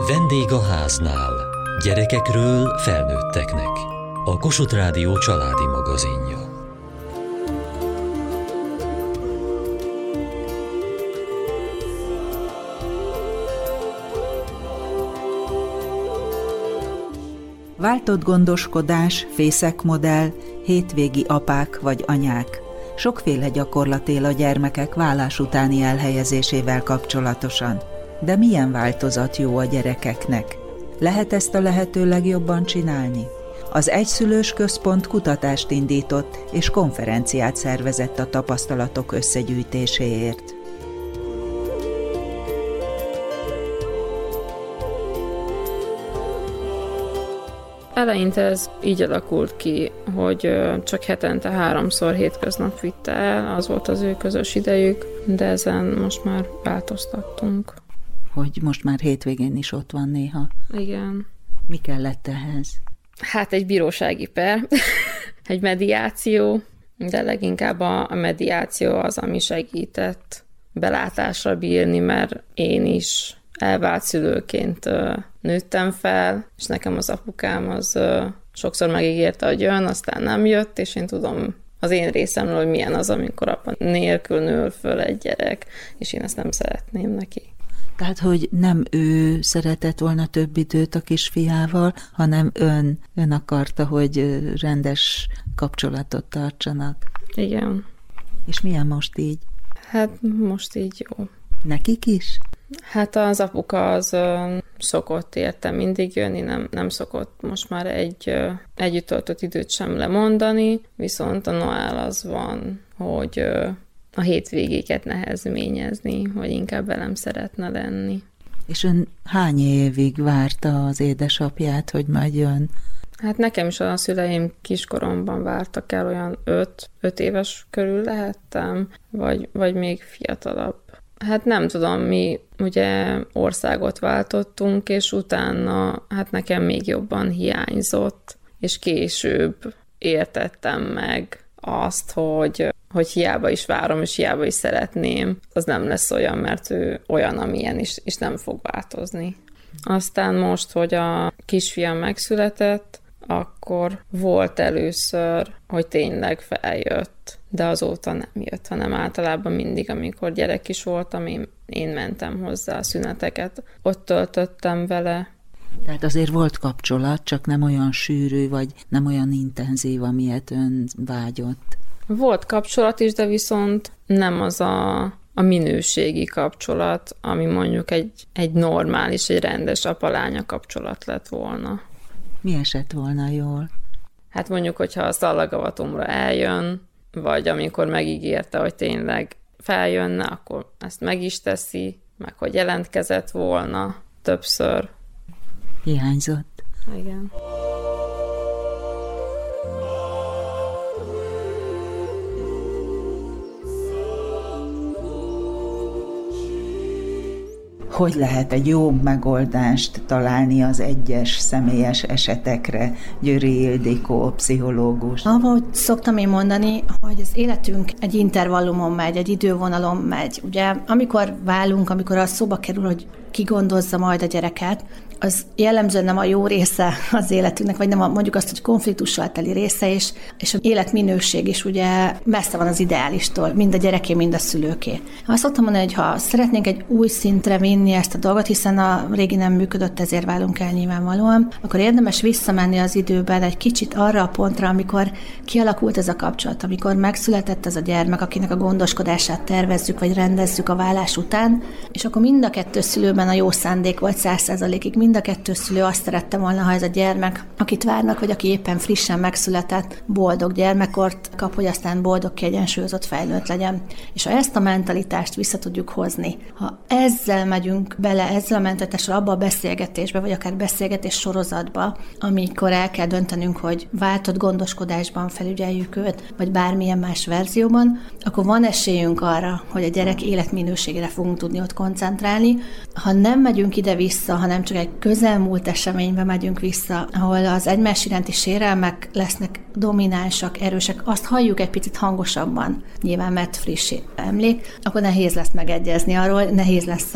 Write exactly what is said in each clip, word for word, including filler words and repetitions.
Vendég a háznál. Gyerekekről felnőtteknek. A Kossuth Rádió családi magazinja. Váltott gondoskodás, fészekmodell, hétvégi apák vagy anyák. Sokféle gyakorlat él a gyermekek vállás utáni elhelyezésével kapcsolatosan. De milyen változat jó a gyerekeknek? Lehet ezt a lehető legjobban csinálni? Az Egyszülős Központ kutatást indított és konferenciát szervezett a tapasztalatok összegyűjtéséért. Eleinte ez így alakult ki, hogy csak hetente háromszor hétköznap vitte el, az volt az ő közös idejük, de ezen most már változtattunk. Hogy most már hétvégén is ott van néha. Igen. Mi kellett ehhez? Hát egy bírósági per, egy mediáció, de leginkább a mediáció az, ami segített belátásra bírni, mert én is elvált szülőként nőttem fel, és nekem az apukám az sokszor megígérte, hogy jön, aztán nem jött, és én tudom az én részemről, hogy milyen az, amikor apa nélkül nől föl egy gyerek, és én ezt nem szeretném neki. Tehát, hogy nem ő szeretett volna több időt a kisfiával, hanem ön, ön akarta, hogy rendes kapcsolatot tartsanak. Igen. És milyen most így? Hát most így jó. Nekik is? Hát az apuka az ö, szokott érte mindig jönni, nem, nem szokott most már egy ö, együtt töltött időt sem lemondani, viszont a Noel az van, hogy ö, a hétvégéket nehezményezni, hogy inkább velem szeretne lenni. És ön hány évig várta az édesapját, hogy majd jön? Hát nekem is a szüleim kiskoromban vártak el, olyan öt, öt éves körül lehettem, vagy, vagy még fiatalabb. Hát nem tudom, mi ugye országot váltottunk, és utána hát nekem még jobban hiányzott, és később értettem meg azt, hogy, hogy hiába is várom, és hiába is szeretném, az nem lesz olyan, mert ő olyan, amilyen is, és nem fog változni. Aztán most, hogy a kisfiam megszületett, akkor volt először, hogy tényleg feljött, de azóta nem jött, hanem általában mindig, amikor gyerek is voltam, én, én mentem hozzá a szüneteket, ott töltöttem vele. Tehát azért volt kapcsolat, csak nem olyan sűrű, vagy nem olyan intenzív, amilyet ön vágyott. Volt kapcsolat is, de viszont nem az a, a minőségi kapcsolat, ami mondjuk egy, egy normális, egy rendes apa-lánya kapcsolat lett volna. Mi esett volna jól? Hát mondjuk, hogyha a szallagavatomra eljön, vagy amikor megígérte, hogy tényleg feljönne, akkor ezt meg is teszi, meg hogy jelentkezett volna többször. Hiányzott. Igen. Hogy lehet egy jó megoldást találni az egyes személyes esetekre, Győri Ildikó, pszichológus? Ahogy szoktam én mondani, hogy az életünk egy intervallumon megy, egy idővonalon megy. Ugye, amikor válunk, amikor az szóba kerül, hogy ki gondozza majd a gyereket, az jellemzően nem a jó része az életünknek, vagy nem a, mondjuk azt, hogy konfliktussal teli része, és, és az életminőség is ugye messze van az ideálistól, mind a gyereké, mind a szülőké. Azt szoktam mondani, hogy ha szeretnénk egy új szintre vinni ezt a dolgot, hiszen a régi nem működött, ezért válunk el nyilvánvalóan, akkor érdemes visszamenni az időben egy kicsit arra a pontra, amikor kialakult ez a kapcsolat, amikor megszületett ez a gyermek, akinek a gondoskodását tervezzük, vagy rendezzük a válás után, és akkor mind a kettő szülőben a jó szándék volt száz százalékig, mind a kettő szülő azt szerette volna, ha ez a gyermek, akit várnak, vagy aki éppen frissen megszületett, boldog gyermekkort kap, hogy aztán boldog, kiegyensúlyozott felnőtt legyen. És ha ezt a mentalitást vissza tudjuk hozni, ha ezzel megyünk bele, ezzel a mentalitással abba a beszélgetésbe, vagy akár beszélgetés sorozatba, amikor el kell döntenünk, hogy váltott gondoskodásban felügyeljük őt, vagy bármilyen más verzióban, akkor van esélyünk arra, hogy a gyerek életminőségére fogunk tudni ott koncentrálni. Ha nem megyünk ide-vissza, hanem csak egy közelmúlt eseménybe megyünk vissza, ahol az egymás iránti sérelmek lesznek dominánsak, erősek, azt halljuk egy picit hangosabban, nyilván mert friss emlék, akkor nehéz lesz megegyezni arról, nehéz lesz a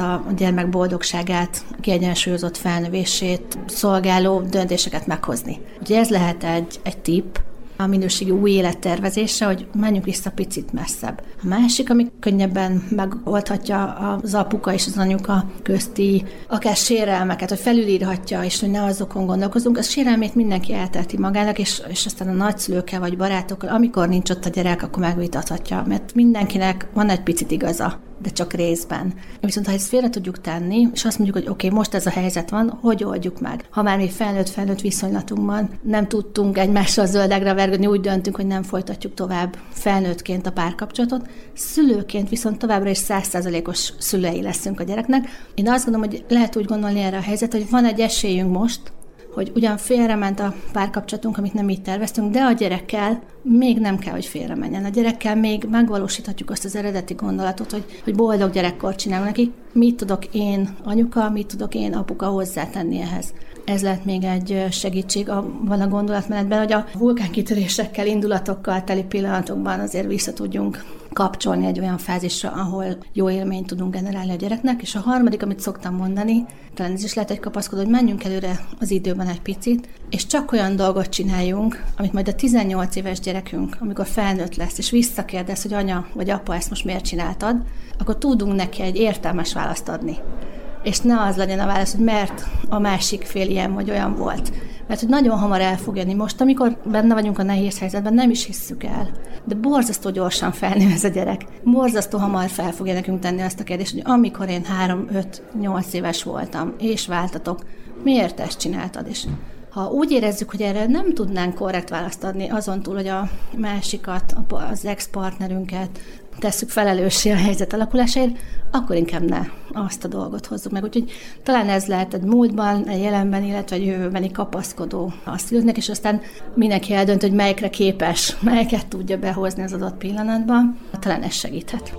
gyermek boldogságát, kiegyensúlyozott felnövését szolgáló döntéseket meghozni. Ugye ez lehet egy, egy tipp a minőségi új élettervezésre, hogy menjünk vissza picit messzebb. A másik, ami könnyebben megoldhatja az apuka és az anyuka közti akár sérelmeket, hogy felülírhatja, és hogy ne azokon gondolkozunk, az sérelmét mindenki elteheti magának, és, és aztán a nagyszülőkkel vagy barátokkal, amikor nincs ott a gyerek, akkor megvitathatja, mert mindenkinek van egy picit igaza, de csak részben. Viszont ha ezt félre tudjuk tenni, és azt mondjuk, hogy oké, okay, most ez a helyzet van, hogy oldjuk meg? Ha már még felnőtt-felnőtt viszonylatunkban nem tudtunk egymással zöldegre vergődni, úgy döntünk, hogy nem folytatjuk tovább felnőttként a párkapcsolatot, szülőként viszont továbbra is száz százalékos szülei leszünk a gyereknek. Én azt gondolom, hogy lehet úgy gondolni erre a helyzet, hogy van egy esélyünk most, hogy ugyan félrement a párkapcsolatunk, amit nem így terveztünk, de a gyerekkel még nem kell, hogy félre menjen. A gyerekkel még megvalósíthatjuk azt az eredeti gondolatot, hogy, hogy boldog gyerekkort csinálunk neki. Mit tudok én anyuka, mit tudok én apuka hozzátenni ehhez. Ez lehet még egy segítség van a gondolatmenetben, hogy a vulkánkitörésekkel, indulatokkal teli pillanatokban azért vissza tudjunk kapcsolni egy olyan fázisra, ahol jó élményt tudunk generálni a gyereknek. És a harmadik, amit szoktam mondani, talán ez is lehet egy kapaszkodó, hogy menjünk előre az időben egy picit, és csak olyan dolgot csináljunk, amit majd a tizennyolc éves gyerekünk, amikor felnőtt lesz, és visszakérdez, hogy anya vagy apa, ezt most miért csináltad, akkor tudunk neki egy értelmes választ adni. És ne az legyen a válasz, hogy mert a másik fél ilyen vagy olyan volt. Mert hogy nagyon hamar el fog jönni. Most, amikor benne vagyunk a nehéz helyzetben, nem is hisszük el. De borzasztó gyorsan felnő ez a gyerek. Borzasztó hamar fel fogja nekünk tenni azt a kérdést, hogy amikor én három, öt, nyolc éves voltam, és váltatok, miért ezt csináltad? És ha úgy érezzük, hogy erre nem tudnánk korrekt választ adni, azon túl, hogy a másikat, az ex-partnerünket tesszük felelőssé a helyzet alakulásáért, akkor inkább ne azt a dolgot hozzuk meg. Úgyhogy talán ez lehet egy múltban, egy jelenben, illetve egy jövőbeni kapaszkodó a szülőknek, és aztán mindenki eldönt, hogy melyikre képes, melyiket tudja behozni az adott pillanatban. Talán ez segíthet.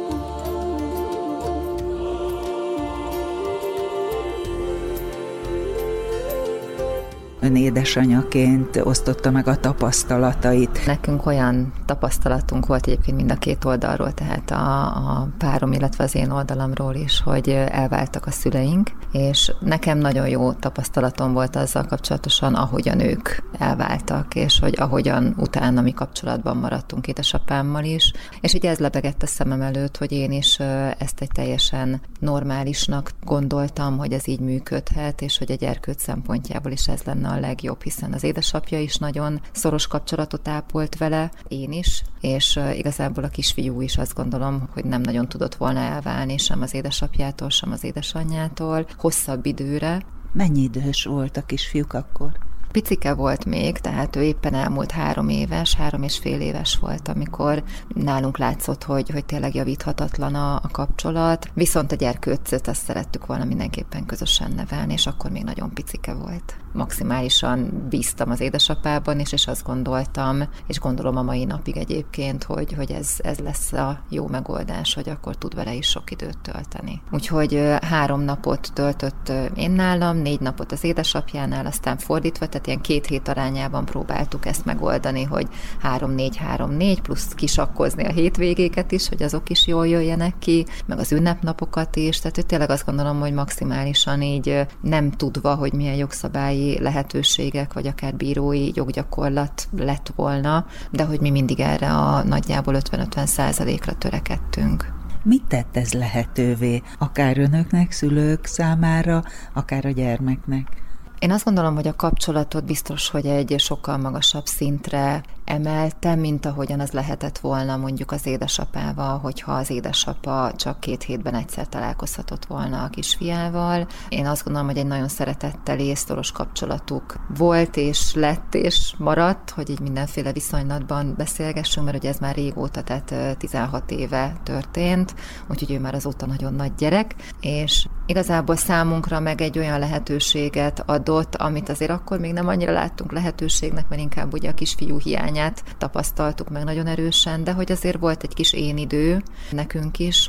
Ön édesanyaként osztotta meg a tapasztalatait. Nekünk olyan tapasztalatunk volt egyébként mind a két oldalról, tehát a, a párom, illetve az én oldalamról is, hogy elváltak a szüleink, és nekem nagyon jó tapasztalatom volt azzal kapcsolatosan, ahogyan ők elváltak, és hogy ahogyan utána mi kapcsolatban maradtunk édesapámmal is, és így ez lebegett a szemem előtt, hogy én is ezt egy teljesen normálisnak gondoltam, hogy ez így működhet, és hogy a gyerkőc szempontjából is ez lenne a legjobb, hiszen az édesapja is nagyon szoros kapcsolatot ápolt vele, én is, és igazából a kisfiú is azt gondolom, hogy nem nagyon tudott volna elválni sem az édesapjától, sem az édesanyjától, hosszabb időre. Mennyi idős volt a kisfiúk akkor? Picike volt még, tehát ő éppen elmúlt három éves, három és fél éves volt, amikor nálunk látszott, hogy, hogy tényleg javíthatatlan a, a kapcsolat, viszont a gyerkőcöt azt szerettük volna mindenképpen közösen nevelni, és akkor még nagyon picike volt. Maximálisan bíztam az édesapában is, és azt gondoltam, és gondolom a mai napig egyébként, hogy, hogy ez, ez lesz a jó megoldás, hogy akkor tud vele is sok időt tölteni. Úgyhogy három napot töltött én nálam, négy napot az édesapjánál, aztán fordítva, tehát ilyen két hét arányában próbáltuk ezt megoldani, hogy három-négy, három-négy, plusz kisakkozni a hétvégéket is, hogy azok is jól jöjjenek ki, meg az ünnepnapokat is, tehát hogy tényleg azt gondolom, hogy maximálisan így nem tudva, hogy milyen jogszabályi lehetőségek, vagy akár bírói joggyakorlat lett volna, de hogy mi mindig erre a nagyjából ötven-ötven százalékra törekedtünk. Mit tett ez lehetővé? Akár önöknek, szülők számára, akár a gyermeknek? Én azt gondolom, hogy a kapcsolatot biztos, hogy egy sokkal magasabb szintre emelte, mint ahogyan az lehetett volna mondjuk az édesapával, hogyha az édesapa csak két hétben egyszer találkozhatott volna a kisfiával. Én azt gondolom, hogy egy nagyon szeretettel és szoros kapcsolatuk volt, és lett, és maradt, hogy így mindenféle viszonylatban beszélgessünk, mert ugye ez már régóta, tehát tizenhat éve történt, úgyhogy ő már azóta nagyon nagy gyerek, és igazából számunkra meg egy olyan lehetőséget adott, amit azért akkor még nem annyira láttunk lehetőségnek, mert inkább ugye a kisfiú hiányát tapasztaltuk meg nagyon erősen, de hogy azért volt egy kis én idő nekünk is, úgy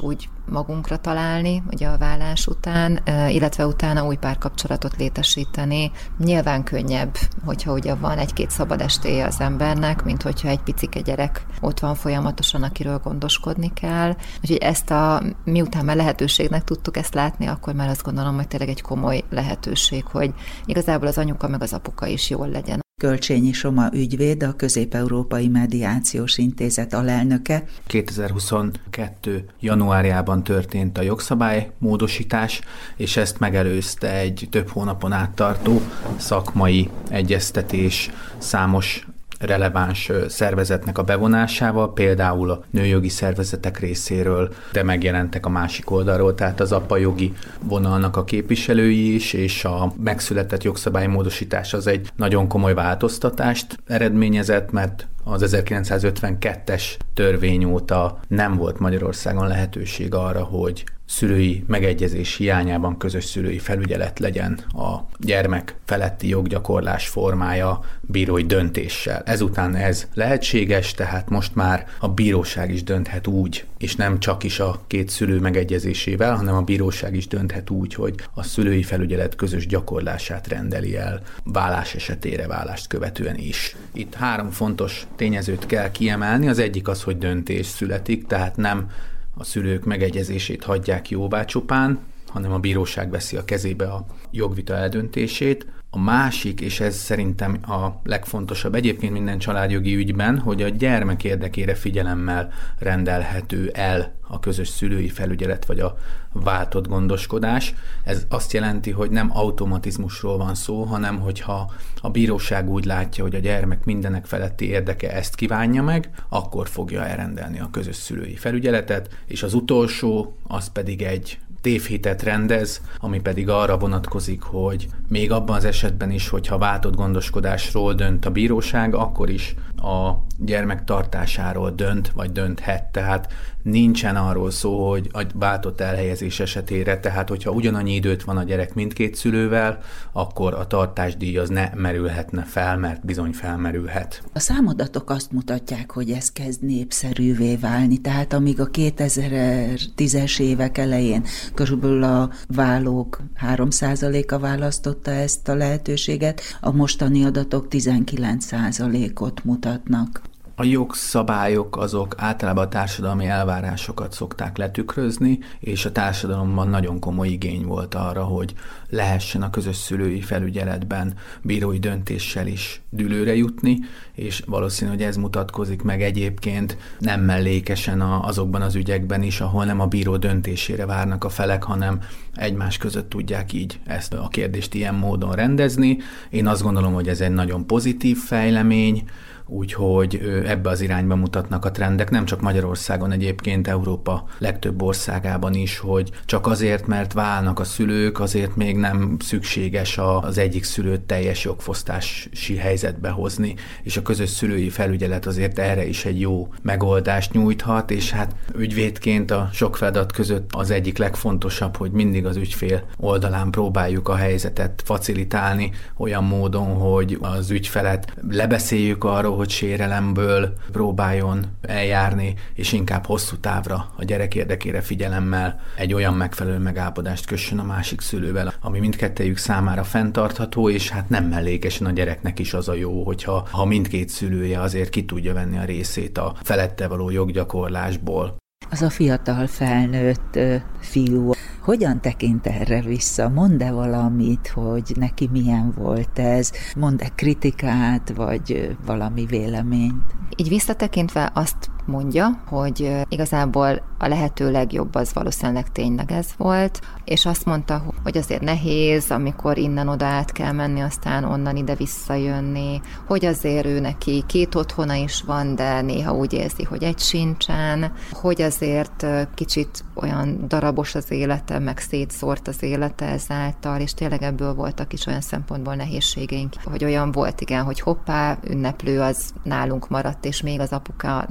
magunkra találni, ugye a vállás után, illetve utána új párkapcsolatot létesíteni. Nyilván könnyebb, hogyha ugye van egy-két szabad estéje az embernek, mint hogyha egy picike gyerek ott van folyamatosan, akiről gondoskodni kell. Úgyhogy ezt a, miután már lehetőségnek tudtuk ezt látni, akkor már azt gondolom, hogy tényleg egy komoly lehetőség, hogy igazából az anyuka meg az apuka is jól legyen. Kölcsényi Soma ügyvéd, a Közép-Európai Mediációs Intézet alelnöke. kétezer-huszonkettő januárjában történt a jogszabálymódosítás, és ezt megelőzte egy több hónapon át tartó szakmai egyeztetés számos releváns szervezetnek a bevonásával, például a nőjogi szervezetek részéről, de megjelentek a másik oldalról, tehát az apajogi vonalnak a képviselői is, és a megszületett jogszabálymódosítás az egy nagyon komoly változtatást eredményezett, mert az ezerkilencszázötvenkettes törvény óta nem volt Magyarországon lehetőség arra, hogy szülői megegyezés hiányában közös szülői felügyelet legyen a gyermek feletti joggyakorlás formája bírói döntéssel. Ezután ez lehetséges, tehát most már a bíróság is dönthet úgy, és nem csak is a két szülő megegyezésével, hanem a bíróság is dönthet úgy, hogy a szülői felügyelet közös gyakorlását rendeli el válás esetére, válást követően is. Itt három fontos tényezőt kell kiemelni. Az egyik az, hogy döntés születik, tehát nem a szülők megegyezését hagyják jóvá csupán, hanem a bíróság veszi a kezébe a jogvita eldöntését. A másik, és ez szerintem a legfontosabb egyébként minden családjogi ügyben, hogy a gyermek érdekére figyelemmel rendelhető el a közös szülői felügyelet vagy a váltott gondoskodás. Ez azt jelenti, hogy nem automatizmusról van szó, hanem hogyha a bíróság úgy látja, hogy a gyermek mindenek feletti érdeke ezt kívánja meg, akkor fogja elrendelni a közös szülői felügyeletet, és az utolsó, az pedig egy tévhitet rendez, ami pedig arra vonatkozik, hogy még abban az esetben is, hogyha váltott gondoskodásról dönt a bíróság, akkor is a gyermek tartásáról dönt, vagy dönthet. Tehát nincsen arról szó, hogy a váltott elhelyezés esetére, tehát hogyha ugyanannyi időt van a gyerek mindkét szülővel, akkor a tartásdíj az ne merülhetne fel, mert bizony felmerülhet. A számadatok azt mutatják, hogy ez kezd népszerűvé válni, tehát amíg a kétezer-tízes évek elején körülbelül a válók három százaléka választotta ezt a lehetőséget, a mostani adatok tizenkilenc százalékot mutatnak. A jogszabályok azok általában a társadalmi elvárásokat szokták letükrözni, és a társadalomban nagyon komoly igény volt arra, hogy lehessen a közös szülői felügyeletben bírói döntéssel is dűlőre jutni, és valószínű, hogy ez mutatkozik meg egyébként nem mellékesen azokban az ügyekben is, ahol nem a bíró döntésére várnak a felek, hanem egymás között tudják így ezt a kérdést ilyen módon rendezni. Én azt gondolom, hogy ez egy nagyon pozitív fejlemény, úgyhogy ebbe az irányba mutatnak a trendek, nem csak Magyarországon, egyébként Európa legtöbb országában is, hogy csak azért, mert válnak a szülők, azért még nem szükséges az egyik szülőt teljes jogfosztási helyzetbe hozni, és a közös szülői felügyelet azért erre is egy jó megoldást nyújthat, és hát ügyvédként a sok feladat között az egyik legfontosabb, hogy mindig az ügyfél oldalán próbáljuk a helyzetet facilitálni olyan módon, hogy az ügyfelet lebeszéljük arról, hogy sérelemből próbáljon eljárni, és inkább hosszú távra a gyerek érdekére figyelemmel egy olyan megfelelő megállapodást kössön a másik szülővel, ami mindkettejük számára fenntartható, és hát nem mellékesen a gyereknek is az a jó, hogyha ha mindkét szülője azért ki tudja venni a részét a felette való joggyakorlásból. Az a fiatal felnőtt ö, fiú, hogyan tekint erre vissza? Mond-e valamit, hogy neki milyen volt ez? Mond-e kritikát, vagy ö, valami véleményt? Így visszatekintve azt mondja, hogy igazából a lehető legjobb az valószínűleg tényleg ez volt, és azt mondta, hogy azért nehéz, amikor innen-oda át kell menni, aztán onnan ide visszajönni, hogy azért ő neki két otthona is van, de néha úgy érzi, hogy egy sincsen, hogy azért kicsit olyan darabos az élete, meg szétszórt az élete ezáltal, és tényleg ebből voltak is olyan szempontból nehézségeink, hogy olyan volt, igen, hogy hoppá, ünneplő az nálunk maradt, és még az apuka nem vásárol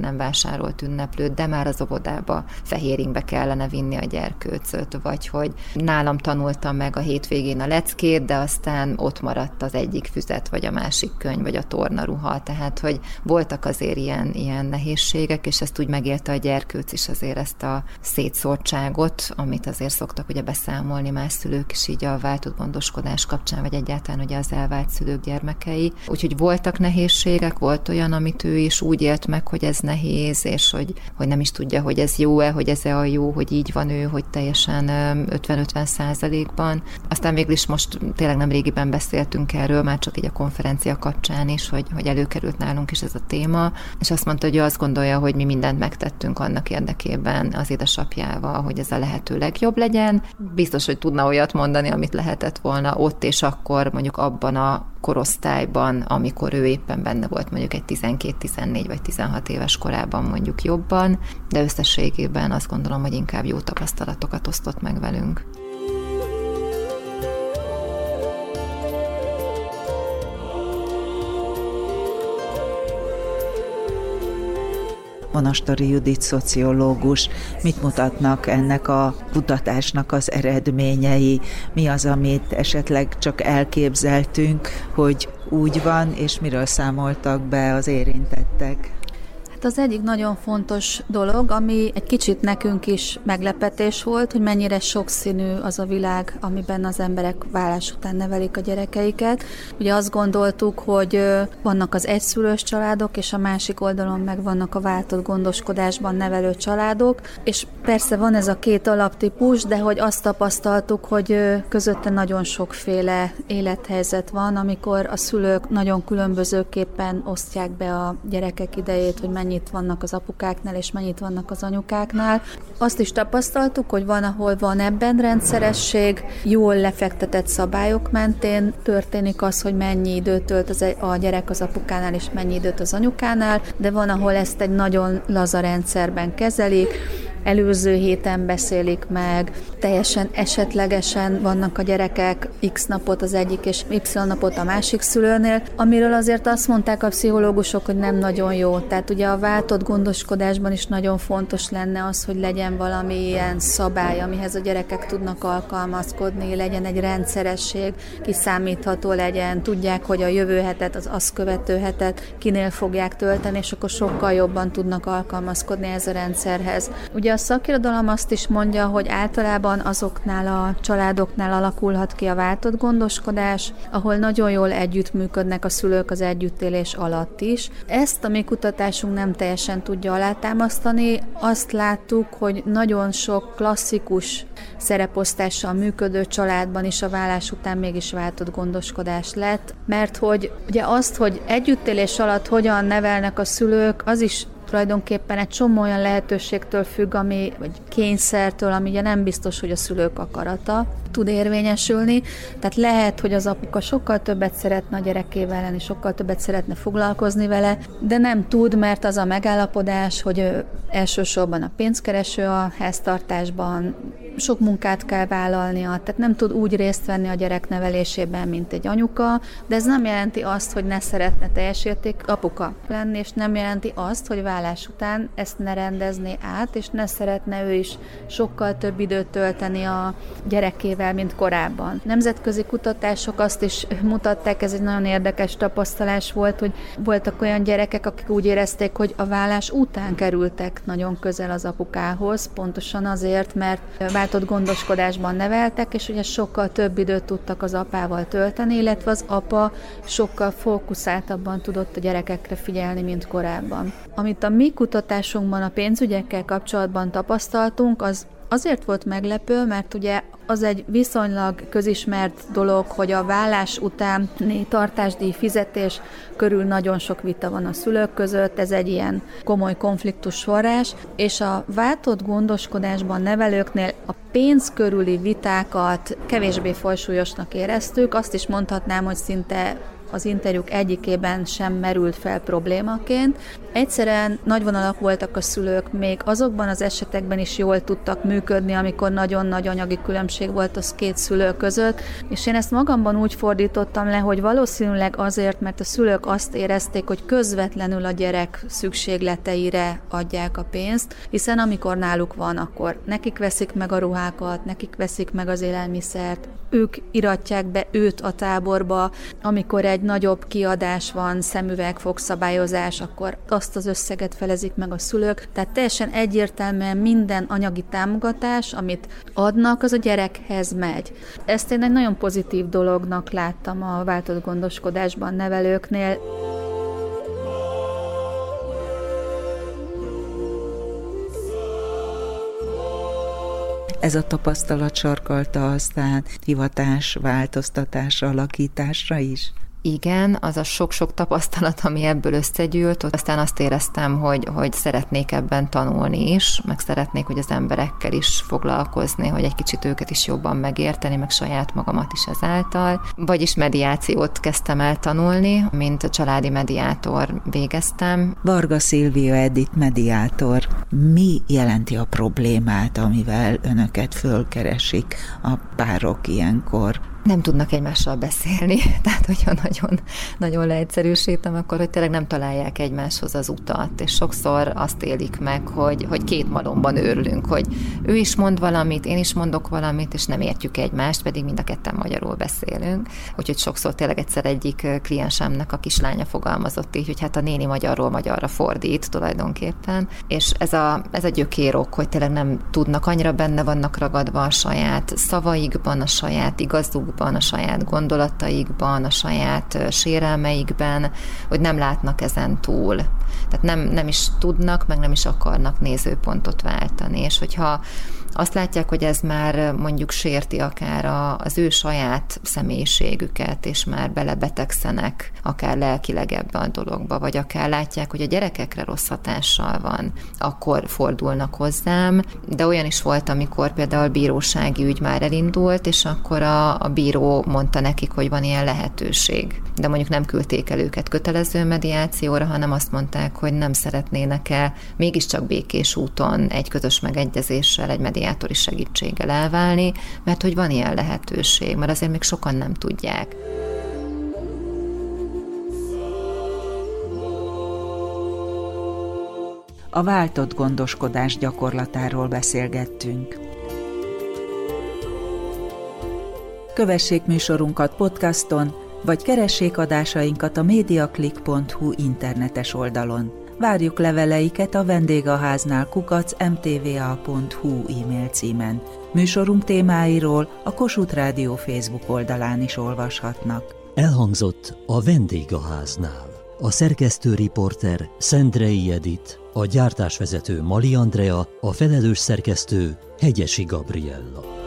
vásárolt ünneplőt, de már az óvodába fehéringbe kellene vinni a gyerkőcöt, vagy hogy nálam tanultam meg a hétvégén a leckét, de aztán ott maradt az egyik füzet, vagy a másik könyv, vagy a tornaruha, tehát hogy voltak azért ilyen, ilyen nehézségek, és ezt úgy megélte a gyerkőc is azért ezt a szétszórtságot, amit azért szoktak ugye beszámolni más szülők is így a váltott gondoskodás kapcsán, vagy egyáltalán ugye az elvált szülők gyermekei. Úgyhogy voltak nehézségek, volt olyan, amit ő is úgy élt meg, hogy ez nehéz, és hogy, hogy nem is tudja, hogy ez jó-e, hogy ez a jó, hogy így van ő, hogy teljesen ötven-ötven százalékban. Aztán végül is most tényleg nem régiben beszéltünk erről, már csak így a konferencia kapcsán is, hogy, hogy előkerült nálunk is ez a téma, és azt mondta, hogy ő azt gondolja, hogy mi mindent megtettünk annak érdekében az édesapjával, hogy ez a lehető legjobb legyen. Biztos, hogy tudna olyat mondani, amit lehetett volna ott és akkor mondjuk abban a korosztályban, amikor ő éppen benne volt mondjuk egy tizenkét, tizennégy vagy tizenhat éves korában mondjuk jobban, de összességében azt gondolom, hogy inkább jó tapasztalatokat osztott meg velünk. Monastori Judit szociológus, mit mutatnak ennek a kutatásnak az eredményei? Mi az, amit esetleg csak elképzeltünk, hogy úgy van, és miről számoltak be az érintettek? Hát az egyik nagyon fontos dolog, ami egy kicsit nekünk is meglepetés volt, hogy mennyire sokszínű az a világ, amiben az emberek válás után nevelik a gyerekeiket. Ugye azt gondoltuk, hogy vannak az egyszülős családok, és a másik oldalon meg vannak a váltott gondoskodásban nevelő családok, és persze van ez a két alaptípus, de hogy azt tapasztaltuk, hogy közötte nagyon sokféle élethelyzet van, amikor a szülők nagyon különbözőképpen osztják be a gyerekek idejét, hogy mennyit vannak az apukáknál, és mennyit vannak az anyukáknál. Azt is tapasztaltuk, hogy van, ahol van ebben rendszeresség, jól lefektetett szabályok mentén történik az, hogy mennyi időt tölt az a gyerek az apukánál, és mennyi időt az anyukánál, de van, ahol ezt egy nagyon laza rendszerben kezelik, előző héten beszélik meg, teljesen esetlegesen vannak a gyerekek X napot az egyik és Y napot a másik szülőnél, amiről azért azt mondták a pszichológusok, hogy nem nagyon jó. Tehát ugye a váltott gondoskodásban is nagyon fontos lenne az, hogy legyen valami ilyen szabály, amihez a gyerekek tudnak alkalmazkodni, legyen egy rendszeresség, kiszámítható legyen, tudják, hogy a jövő hetet, az azt követő hetet kinél fogják tölteni, és akkor sokkal jobban tudnak alkalmazkodni ez a rendszerhez. Ugye a szakirodalom azt is mondja, hogy általában azoknál a családoknál alakulhat ki a váltott gondoskodás, ahol nagyon jól együttműködnek a szülők az együttélés alatt is. Ezt a mi kutatásunk nem teljesen tudja alátámasztani. Azt láttuk, hogy nagyon sok klasszikus szereposztással működő családban is a válás után mégis váltott gondoskodás lett, mert hogy ugye azt, hogy együttélés alatt hogyan nevelnek a szülők, az is tulajdonképpen egy csomó olyan lehetőségtől függ, ami, vagy kényszertől, ami ugye nem biztos, hogy a szülők akarata tud érvényesülni. Tehát lehet, hogy az apuka sokkal többet szeretne a gyerekével lenni, sokkal többet szeretne foglalkozni vele, de nem tud, mert az a megállapodás, hogy ő elsősorban a pénzkereső a háztartásban, sok munkát kell vállalnia, tehát nem tud úgy részt venni a gyerek nevelésében, mint egy anyuka, de ez nem jelenti azt, hogy ne szeretne teljes érték apuka lenni, és nem jelenti azt, hogy válás után ezt ne rendezné át, és ne szeretne ő is sokkal több időt tölteni a gyerekével, mint korábban. Nemzetközi kutatások azt is mutatták, ez egy nagyon érdekes tapasztalás volt, hogy voltak olyan gyerekek, akik úgy érezték, hogy a válás után kerültek nagyon közel az apukához, pontosan azért, mert váltott gondoskodásban neveltek, és ugye sokkal több időt tudtak az apával tölteni, illetve az apa sokkal fókuszáltabban tudott a gyerekekre figyelni, mint korábban. Amit a mi kutatásunkban a pénzügyekkel kapcsolatban tapasztaltunk, az azért volt meglepő, mert ugye az egy viszonylag közismert dolog, hogy a válás utáni tartásdíj fizetés körül nagyon sok vita van a szülők között, ez egy ilyen komoly konfliktus forrás, és a váltott gondoskodásban nevelőknél a pénz körüli vitákat kevésbé fajsúlyosnak éreztük, azt is mondhatnám, hogy szinte az interjúk egyikében sem merült fel problémaként. Egyszerűen nagyvonalak voltak a szülők, még azokban az esetekben is jól tudtak működni, amikor nagyon nagy anyagi különbség volt az két szülő között, és én ezt magamban úgy fordítottam le, hogy valószínűleg azért, mert a szülők azt érezték, hogy közvetlenül a gyerek szükségleteire adják a pénzt, hiszen amikor náluk van, akkor nekik veszik meg a ruhákat, nekik veszik meg az élelmiszert, ők iratják be őt a táborba, amikor egy nagyobb kiadás van, szemüveg, fogszabályozás, akkor azt az összeget felezik meg a szülők. Tehát teljesen egyértelműen minden anyagi támogatás, amit adnak, az a gyerekhez megy. Ezt én egy nagyon pozitív dolognak láttam a váltott gondoskodásban nevelőknél. Ez a tapasztalat sarkalta aztán hivatás, változtatásra, alakításra is? Igen, az a sok-sok tapasztalat, ami ebből összegyűlt, aztán azt éreztem, hogy, hogy szeretnék ebben tanulni is, meg szeretnék, hogy az emberekkel is foglalkozni, hogy egy kicsit őket is jobban megérteni, meg saját magamat is ezáltal. Vagyis mediációt kezdtem el tanulni, mint a családi mediátor végeztem. Varga Szilvia Edith mediátor. Mi jelenti a problémát, amivel önöket fölkeresik a párok ilyenkor? Nem tudnak egymással beszélni, tehát hogyha nagyon, nagyon leegyszerűsítem, akkor hogy tényleg nem találják egymáshoz az utat, és sokszor azt élik meg, hogy, hogy két malomban őrlünk, hogy ő is mond valamit, én is mondok valamit, és nem értjük egymást, pedig mind a ketten magyarul beszélünk. Úgyhogy sokszor tényleg egyszer egyik kliensemnek a kislánya fogalmazott így, hogy hát a néni magyarról magyarra fordít tulajdonképpen, és ez a, ez a gyökérok, hogy tényleg nem tudnak, annyira benne vannak ragadva a saját szavaikban, a saját igazuk, a saját gondolataikban, a saját sérelmeikben, hogy nem látnak ezen túl. Tehát nem, nem is tudnak, meg nem is akarnak nézőpontot váltani. És hogyha azt látják, hogy ez már mondjuk sérti akár a, az ő saját személyiségüket, és már belebetegszenek akár lelkileg ebbe a dologba, vagy akár látják, hogy a gyerekekre rossz hatással van, akkor fordulnak hozzám. De olyan is volt, amikor például bírósági ügy már elindult, és akkor a, a bíró mondta nekik, hogy van ilyen lehetőség. De mondjuk nem küldték el őket kötelező mediációra, hanem azt mondták, hogy nem szeretnének-e mégiscsak békés úton egy közös megegyezéssel, egy mediátori segítséggel elválni, mert hogy van ilyen lehetőség, mert azért még sokan nem tudják. A váltott gondoskodás gyakorlatáról beszélgettünk. Kövessék műsorunkat podcaston, vagy keressék adásainkat a mediaclick pont hu internetes oldalon. Várjuk leveleiket a vendégháznál kukac em té vé á pont hu e-mail címen. Műsorunk témáiról a Kossuth Rádió Facebook oldalán is olvashatnak. Elhangzott a vendégháznál. A szerkesztő riporter Szendrei Edith, a gyártásvezető Mali Andrea, a felelős szerkesztő Hegyesi Gabriella.